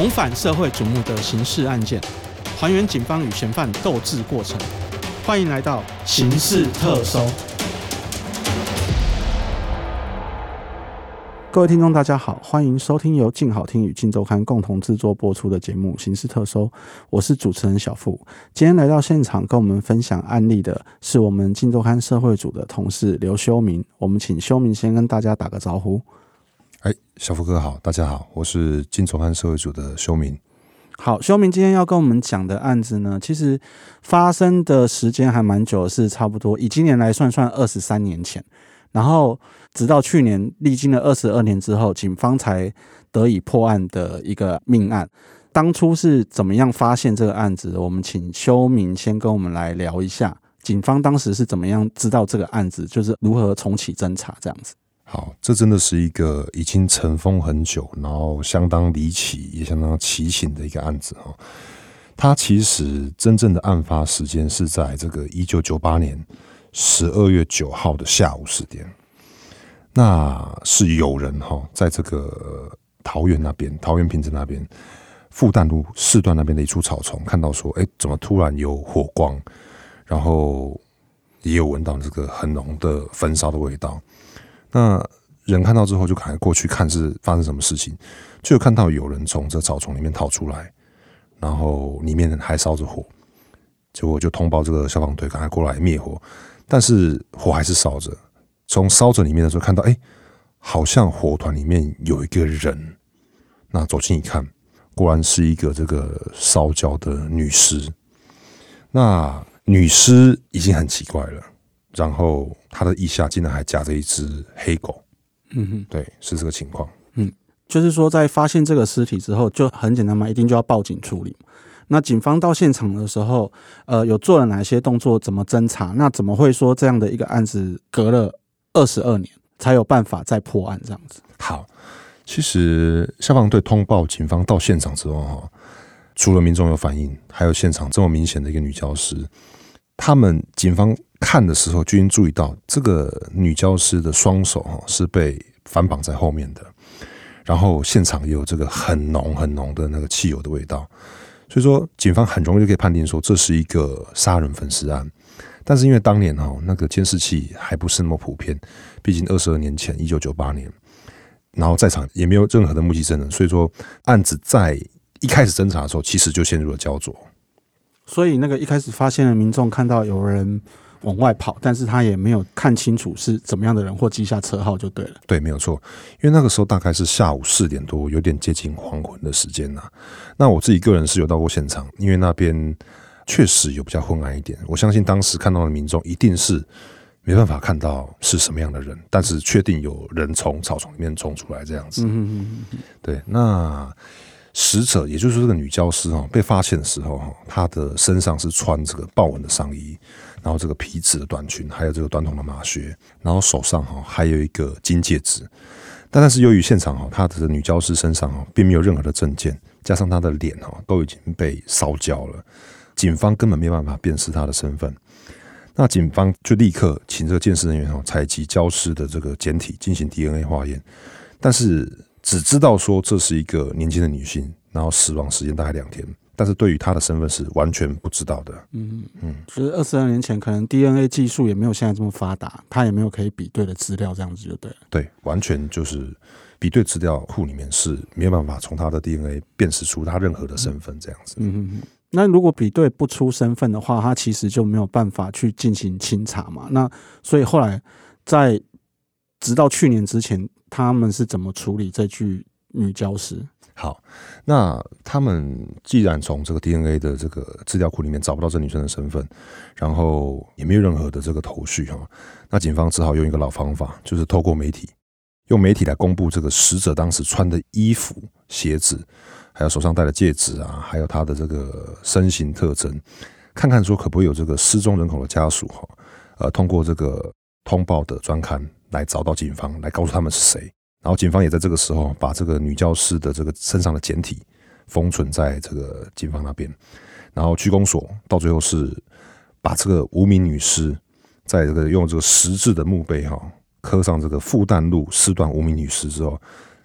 重返社会瞩目的刑事案件，还原警方与嫌犯斗智过程。欢迎来到刑事特搜。各位听众大家好，欢迎收听由静好听与静周刊共同制作播出的节目刑事特搜，我是主持人小付。今天来到现场跟我们分享案例的是我们静周刊社会组的同事刘修明，我们请修明先跟大家打个招呼。 小付哥好，大家好，我是静周刊社会组的修明。 好，修明今天要跟我们讲的案子呢，其实发生的时间还蛮久的，是差不多以今年来算23年前，然后直到去年历经了22年之后，警方才得以破案的一个命案。当初是怎么样发现这个案子的？我们请修明先跟我们来聊一下，警方当时是怎么样知道这个案子，就是如何重启侦查这样子。 好，这真的是一个已经尘封很久，然后相当离奇也相当奇情的一个案子。它其实真正的案发时间是在这个1998年12月9号的下午10点。那是有人在这个桃园平镇那边复旦路4段那边的一处草丛看到说，怎么突然有火光，然后也有闻到这个很浓的焚烧的味道。那人看到之后就赶快过去看是发生什么事情，就有看到有人从这草丛里面逃出来，然后里面还烧着火，结果就通报这个消防队赶快过来灭火，但是火还是烧着。从烧着里面的时候看到，好像火团里面有一个人。那走近一看，果然是一个这个烧焦的女尸。那女尸已经很奇怪了，然后她的腋下竟然还夹着一只黑狗。对，是这个情况。 就是说在发现这个尸体之后，就很简单嘛，一定就要报警处理。那警方到现场的时候，有做了哪些动作？怎么侦查？那怎么会说这样的一个案子隔了22年才有办法再破案这样子？ 好，其实消防队通报警方到现场之后，除了民众有反应，还有现场这么明显的一个女教师，警方看的时候就已经注意到这个女教师的双手是被反绑在后面的，然后现场也有这个很浓很浓的那个汽油的味道，所以说警方很容易就可以判定说这是一个杀人焚尸案。但是因为当年那个监视器还不是那么普遍，毕竟22年前1998年，然后在场也没有任何的目击证人，所以说案子在一开始侦查的时候其实就陷入了焦灼。 所以那个一开始发现的民众看到有人往外跑，但是他也没有看清楚是怎么样的人或记下车号就对了。 对，没有错，因为那个时候大概是下午4点多，有点接近黄昏的时间啦。那我自己个人是有到过现场，因为那边确实有比较昏暗一点。我相信当时看到的民众一定是没办法看到是什么样的人，但是确定有人从草丛里面冲出来这样子。对，那死者也就是这个女教师被发现的时候，她的身上是穿这个豹纹的上衣，然后这个皮质的短裙，还有这个短筒的马靴，然后手上还有一个金戒指。但是由于现场她的女教师身上并没有任何的证件，加上她的脸都已经被烧焦了，警方根本没有办法辨识她的身份。那警方就立刻请这个鉴识人员采集教师的这个检体进行 DNA 化验，但是只知道说这是一个年轻的女性，然后死亡时间大概2天，但是对于她的身份是完全不知道的。 就是22年前可能 DNA 技术也没有现在这么发达，她也没有可以比对的资料，这样子就对了。 对，完全就是比对资料库里面是没有办法从她的 DNA 辨识出她任何的身份这样子。 那如果比对不出身份的话，他其实就没有办法去进行清查嘛。那所以后来直到去年之前，他们是怎么处理这具女教师？ 好，那他们既然从这个 DNA 的这个资料库里面找不到这女生的身份，然后也没有任何的这个头绪那警方只好用一个老方法，就是透过用媒体来公布这个死者当时穿的衣服、鞋子，还有手上戴的戒指还有他的这个身形特征，看看说可不可以有这个失踪人口的家属通过这个通报的专刊来找到警方，来告诉他们是谁。然后警方也在这个时候把这个女教师的这个身上的检体封存在这个警方那边，然后区公所到最后是把这个无名女尸在这个用这个10字的墓碑刻上这个复旦路4段无名女尸之后，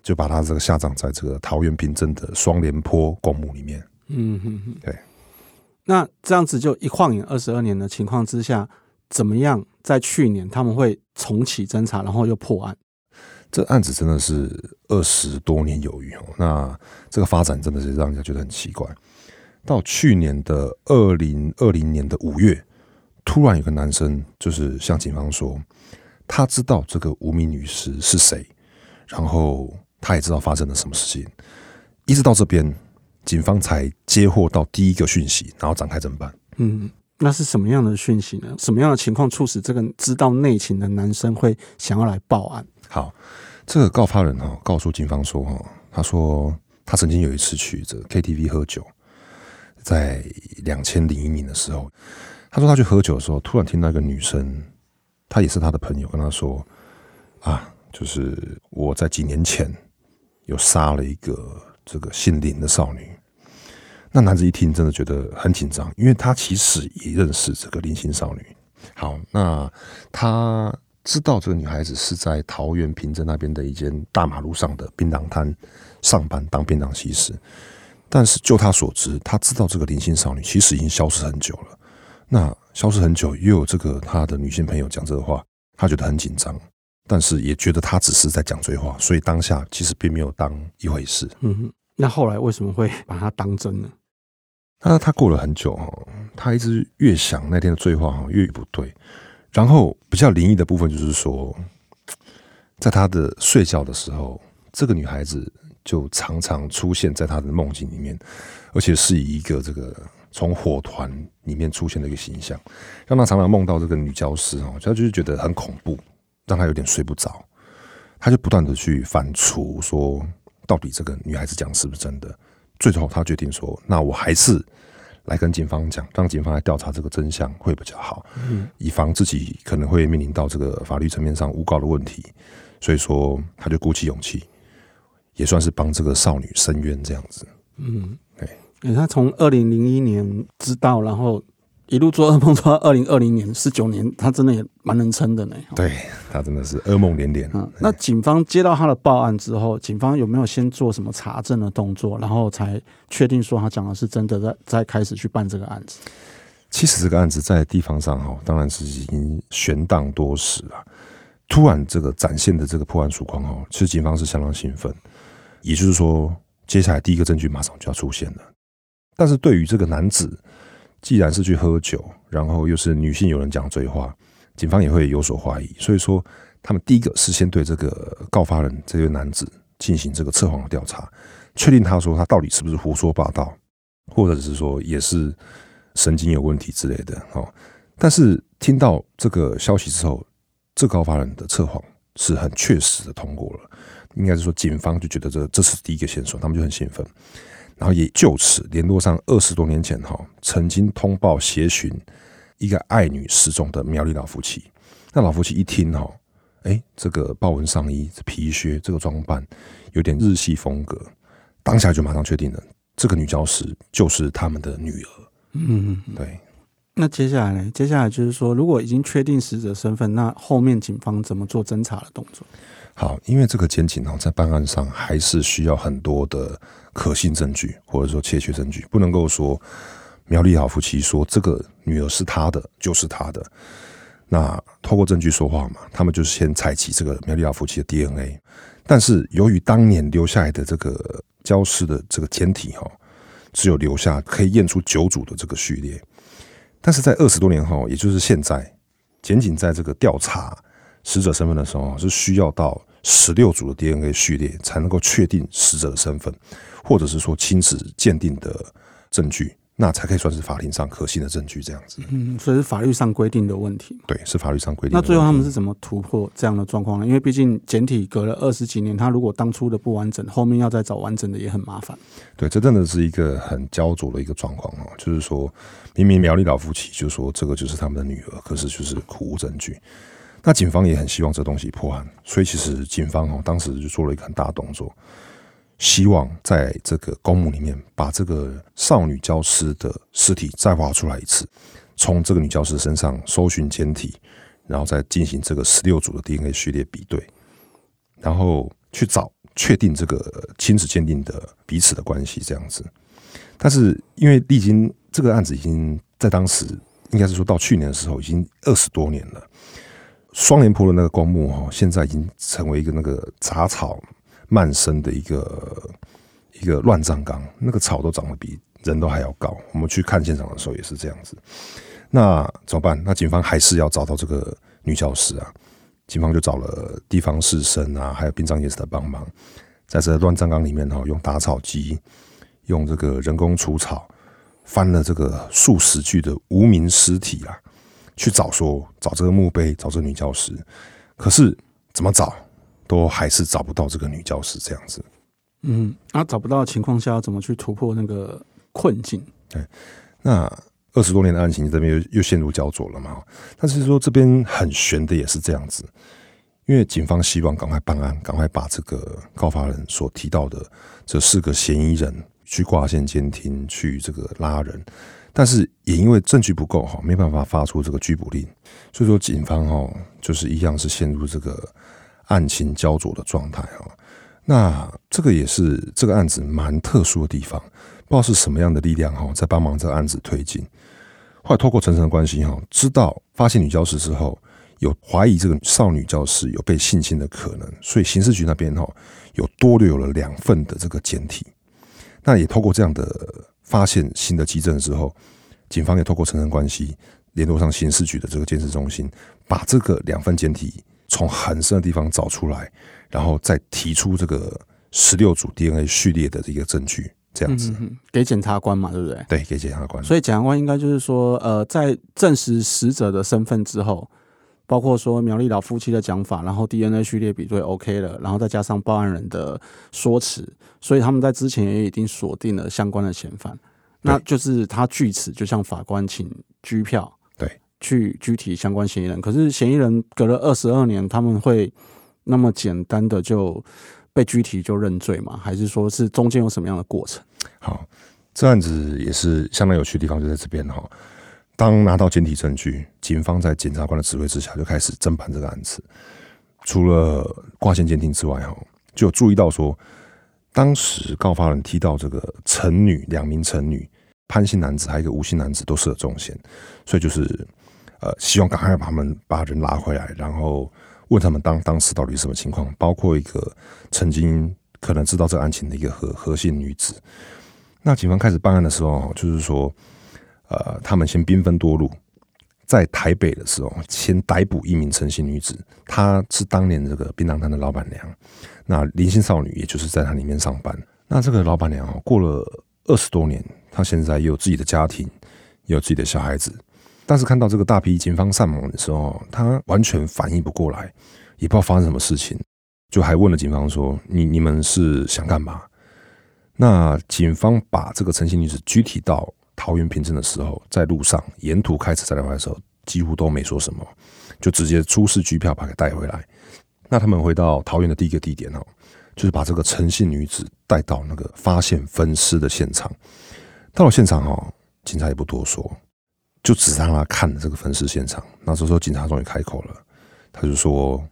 就把他这个下葬在这个桃园平镇的双连坡公墓里面。对。 那这样子就一晃眼22年的情况之下，怎么样在去年他们会重启侦查，然后又破案？ 这案子真的是20多年有余。那这个发展真的是让人家觉得很奇怪。到去年的2020年的5月，突然有个男生就是向警方说，他知道这个无名女尸是谁，然后他也知道发生了什么事情。一直到这边，警方才接获到第一个讯息，然后展开侦办。 那是什么样的讯息呢？什么样的情况促使这个知道内情的男生会想要来报案？ 好，这个告发人告诉警方说，他说他曾经有一次去这 KTV 喝酒，在2001年的时候，他说他去喝酒的时候，突然听到一个女生，她也是他的朋友，跟他说就是我在几年前有杀了一个这个姓林的少女。那男子一听，真的觉得很紧张，因为他其实也认识这个林姓少女。好，那他知道这个女孩子是在桃园平镇那边的一间大马路上的槟榔摊上班当槟榔西施，但是就他所知，他知道这个林姓少女其实已经消失很久了。那消失很久，又有这个他的女性朋友讲这个话，他觉得很紧张，但是也觉得他只是在讲醉话，所以当下其实并没有当一回事。 那后来为什么会把他当真呢？ 那他过了很久，他一直越想那天的醉话越不对。然后比较灵异的部分就是说，在他的睡觉的时候，这个女孩子就常常出现在他的梦境里面，而且是以一个这个从火团里面出现的一个形象，让他常常梦到这个女教师，他就是觉得很恐怖，让他有点睡不着。他就不断的去反刍说，到底这个女孩子讲是不是真的？最后他决定说，那我还是来跟警方讲，让警方来调查这个真相会比较好，以防自己可能会面临到这个法律层面上诬告的问题。所以说他就鼓起勇气，也算是帮这个少女伸冤这样子。 他从2001年知道，然后一路做噩梦做到2020年19年，他真的也蛮能撑的呢。 对，他真的是噩梦连连。 那警方接到他的报案之后，警方有没有先做什么查证的动作，然后才确定说他讲的是真的，再开始去办这个案子？ 其实这个案子在地方上当然是已经悬荡多时了。突然这个展现的这个破案曙光其实警方是相当兴奋，也就是说，接下来第一个证据马上就要出现了。但是对于这个男子，既然是去喝酒，然后又是女性有人讲醉话，警方也会有所怀疑。所以说，他们第一个是先对这个告发人这位男子进行这个测谎的调查，确定他说他到底是不是胡说八道，或者是说也是神经有问题之类的。但是听到这个消息之后，这个告发人的测谎是很确实的通过了，应该是说警方就觉得这是第一个线索，他们就很兴奋。然后也就此联络上20多年前曾经通报协寻一个爱女失踪的苗栗老夫妻。那老夫妻一听这个豹纹上衣、皮靴，这个装扮有点日系风格，当下就马上确定了这个女教师就是他们的女儿。对。 那接下来呢？接下来就是说，如果已经确定死者身份，那后面警方怎么做侦查的动作？ 好，因为这个检警在办案上还是需要很多的可信证据，或者说切确证据，不能够说苗栗老夫妻说这个女儿是他的就是他的。那透过证据说话嘛，他们就是先采集这个苗栗老夫妻的 DNA， 但是由于当年留下来的这个焦尸的这个简体只有留下可以验出9组的这个序列，但是在20多年后，也就是现在，检警在这个调查死者身份的时候，是需要到16组的 DNA 序列才能够确定死者的身份，或者是说亲子鉴定的证据，那才可以算是法庭上可信的证据这样子。 所以是法律上规定的问题。 对，是法律上规定的问题。 那最后他们是怎么突破这样的状况呢？因为毕竟简体隔了20几年，他如果当初的不完整，后面要再找完整的也很麻烦。 对，这真的是一个很焦灼的一个状况就是说，明明苗栗老夫妻就说这个就是他们的女儿，可是就是苦无证据。那警方也很希望这东西破案，所以其实警方当时就做了一个很大的动作，希望在这个公墓里面把这个少女教师的尸体再挖出来一次，从这个女教师身上搜寻简体，然后再进行这个16组的 DNA 序列比对，然后去找确定这个亲子鉴定的彼此的关系这样子。但是因为历经这个案子已经在当时应该是说到去年的时候已经20多年了，双连坡的那个公墓现在已经成为一个那个杂草漫生的一个乱葬岗，那个草都长得比人都还要高。我们去看现场的时候也是这样子。那怎么办？那警方还是要找到这个女教师啊。警方就找了地方士绅啊，还有殡葬业者的帮忙，在这乱葬岗里面用打草机，用这个人工除草，翻了这个数十具的无名尸体啦，去找这个墓碑，找这个女教师。可是怎么找都还是找不到这个女教师这样子。 找不到的情况下，要怎么去突破那个困境？ 对，那20多年的案情这边又陷入焦灼了嘛。但是说这边很悬的也是这样子，因为警方希望赶快办案，赶快把这个告发人所提到的这4个嫌疑人去挂线监听，去这个拉人，但是也因为证据不够，没办法发出这个拘捕令，所以说警方就是一样是陷入这个案情焦灼的状态。那这个也是这个案子蛮特殊的地方，不知道是什么样的力量在帮忙这个案子推进。后来透过层层的关系知道发现女教师之后，有怀疑这个少女教师有被性侵的可能，所以刑事局那边有多留了2份的这个简体。那也透过这样的发现新的基证之后，警方也透过层层关系联络上刑事局的这个监视中心，把这个2份简体从很深的地方找出来，然后再提出这个16组 DNA 序列的一个证据。这样子给检察官嘛，对不对？ 对，给检察官。 所以检察官应该就是说，在证实死者的身份之后，包括说苗栗老夫妻的讲法，然后 DNA 序列比对 OK 了，然后再加上报案人的说辞，所以他们在之前也已经锁定了相关的嫌犯。那就是他据此就向法官请拘票， 对， 去拘提相关嫌疑人。可是嫌疑人隔了22年，他们会那么简单的就被拘提就认罪吗？还是说是中间有什么样的过程？ 好，这案子也是相当有趣的地方就在这边当拿到简体证据，警方在检察官的指挥之下就开始侦办这个案子。除了挂线监听之外就有注意到说，当时告发人提到这个陈女2名陈女，潘姓男子还有一个吴姓男子都涉了重嫌，所以就是希望赶快把人拉回来，然后问他们当时到底是什么情况，包括一个曾经可能知道这个案情的一个何姓女子。那警方开始办案的时候，就是说，他们先兵分多路，在台北的时候，先逮捕1名陈姓女子，她是当年这个槟榔摊的老板娘。那林姓少女也就是在她里面上班。那这个老板娘过了20多年，她现在也有自己的家庭，也有自己的小孩子。但是看到这个大批警方上门的时候，她完全反应不过来，也不知道发生什么事情，就还问了警方说：“你们是想干嘛？”那警方把这个陈姓女子拘提到桃园平镇的时候，在路上沿途开车载回来的时候，几乎都没说什么，就直接出示拘票把她带回来。那他们回到桃园的第一个地点就是把这个陈姓女子带到那个发现分尸的现场。到了现场警察也不多说，就只让他看了这个分尸现场。那这时候警察终于开口了，他就说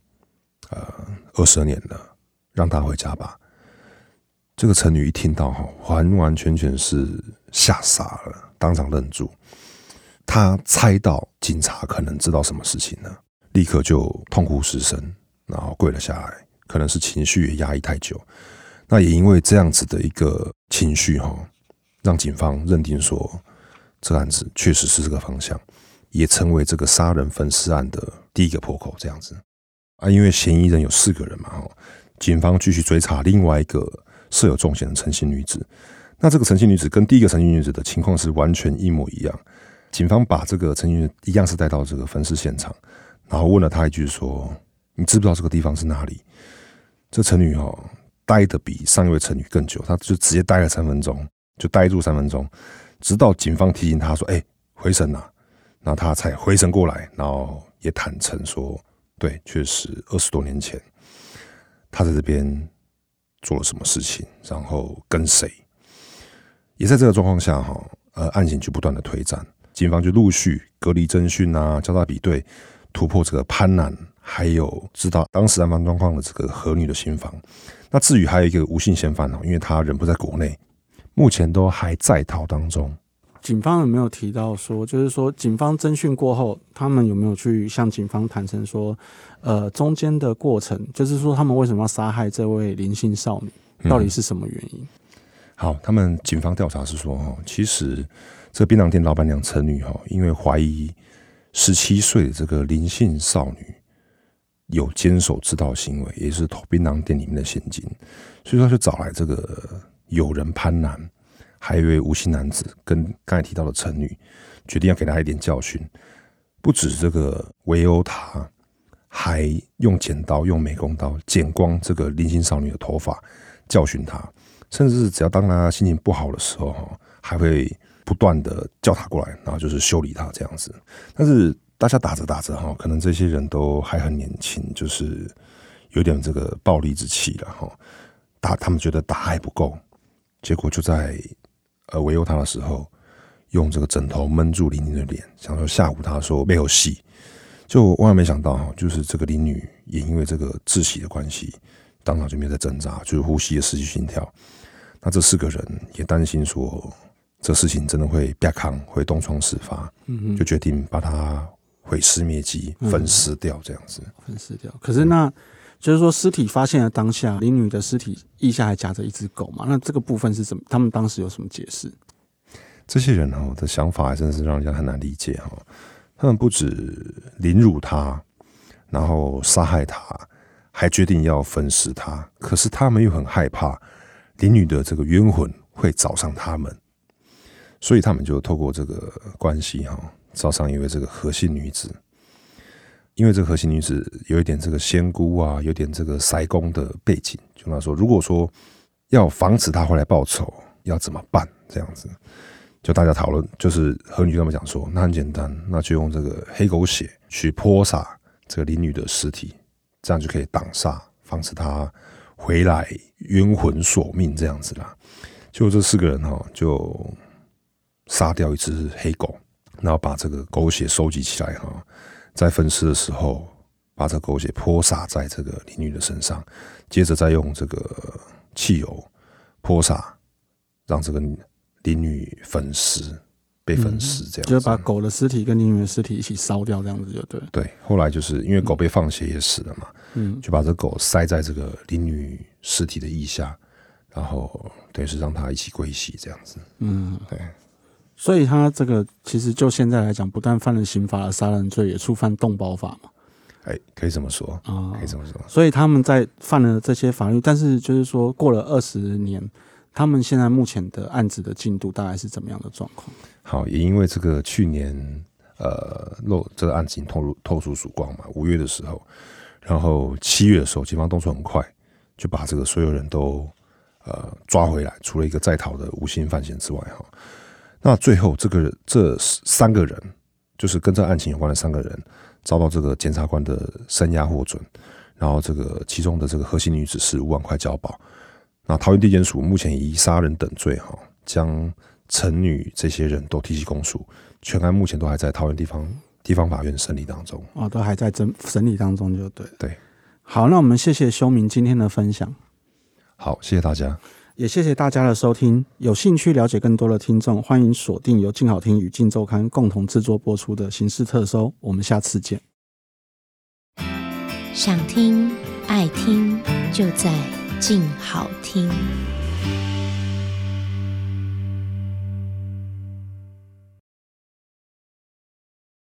：“22年了，让他回家吧。”这个陈女一听到完完全全是吓傻了，当场愣住。他猜到警察可能知道什么事情了，立刻就痛哭失声，然后跪了下来。可能是情绪也压抑太久，那也因为这样子的一个情绪让警方认定说这个案子确实是这个方向，也成为这个杀人分尸案的第一个破口这样子。因为嫌疑人有4个人嘛，警方继续追查另外一个设有重嫌的陈姓女子。那这个陈姓女子跟第一个陈姓女子的情况是完全一模一样。警方把这个陈姓女子一样是带到这个分尸现场，然后问了她一句说：“你知不知道这个地方是哪里？”这陈女待得比上一位陈女更久，她就直接待了3分钟，就待住3分钟，直到警方提醒她说：“回神啊！”然后她才回神过来，然后也坦诚说：“对，确实20多年前，她在这边做了什么事情，然后跟谁。”也在这个状况下案情就不断的推展，警方就陆续隔离侦讯啊，交叉比对，突破这个潘男还有知道当时案发状况的这个何女的心房。那至于还有一个吴姓嫌犯，因为他人不在国内，目前都还在逃当中。 警方有没有提到说，就是说警方侦讯过后，他们有没有去向警方坦诚说，中间的过程，就是说他们为什么要杀害这位林姓少女，到底是什么原因？ 好，他们警方调查是说，其实这个槟榔店老板娘陈女，因为怀疑17岁的这个林姓少女有监守自盗行为，也是偷槟榔店里面的现金，所以说就找来这个友人潘男，还有一位吴姓男子跟刚才提到的陈女，决定要给他一点教训。不止这个围殴他，还用剪刀、用美工刀剪光这个林姓少女的头发，教训他。甚至是只要当他心情不好的时候，还会不断的叫他过来，然后就是修理他这样子。但是大家打着打着，可能这些人都还很年轻，就是有点这个暴力之气了。他们觉得打还不够，结果就在围殴他的时候，用这个枕头闷住林女的脸，想说吓唬他说没有戏。就万万没想到，就是这个林女也因为这个窒息的关系，当场就没有在挣扎，就是呼吸也失去心跳。那这4个人也担心说，这事情真的会变康，会东窗事发，就决定把它毁尸灭迹、分尸掉这样子。 分尸掉。可是那就是说，尸体发现的当下，林女的尸体腋下还夹着一只狗嘛？那这个部分是怎么？他们当时有什么解释？ 这些人的想法还真的是让人家很难理解。他们不止凌辱他，然后杀害他，还决定要分尸他。可是他们又很害怕林女的这个冤魂会找上他们，所以他们就透过这个关系找上一位这个何姓女子。因为这个何姓女子有一点这个仙姑啊，有点这个塞公的背景，就他说，如果说要防止她回来报仇，要怎么办？这样子，就大家讨论，就是何女就这么讲说，那很简单，那就用这个黑狗血去泼洒这个林女的尸体，这样就可以挡煞，防止她回来冤魂索命这样子啦。就这4个人就杀掉一只黑狗，然后把这个狗血收集起来在分尸的时候，把这个狗血泼洒在这个林女的身上，接着再用这个汽油泼洒，让这个林女分尸，被分尸这样子， 就是把狗的尸体跟林女的尸体一起烧掉，这样子就对。 对，后来就是因为狗被放血也死了嘛，就把这狗塞在这个林女尸体的腋下，然后等于是让她一起归西这样子。对。 所以他这个其实就现在来讲，不但犯了刑法的杀人罪，也触犯动保法嘛。 可以这么说可以这么说。 所以他们在犯了这些法律，但是就是说过了20年，他们现在目前的案子的进度大概是怎么样的状况？ 好，也因为这个去年这个案子已经透出曙光嘛，5月的时候，然后7月的时候，警方动作很快，就把这个所有人都抓回来，除了一个在逃的无心犯嫌之外那最后这3个人，就是跟这个案情有关的3个人，遭到这个检察官的声押获准，然后这个其中的这个核心女子是5万块交保。那桃园地检署目前以杀人等罪将陈女这些人都提起公诉，全案目前都还在桃园地方法院审理当中。 都还在审理当中就对。 对， 好，那我们谢谢修明今天的分享。 好，谢谢大家。 也谢谢大家的收听。有兴趣了解更多的听众，欢迎锁定由静好听与静周刊共同制作播出的刑事特搜。我们下次见。 想听爱听，就在静好听。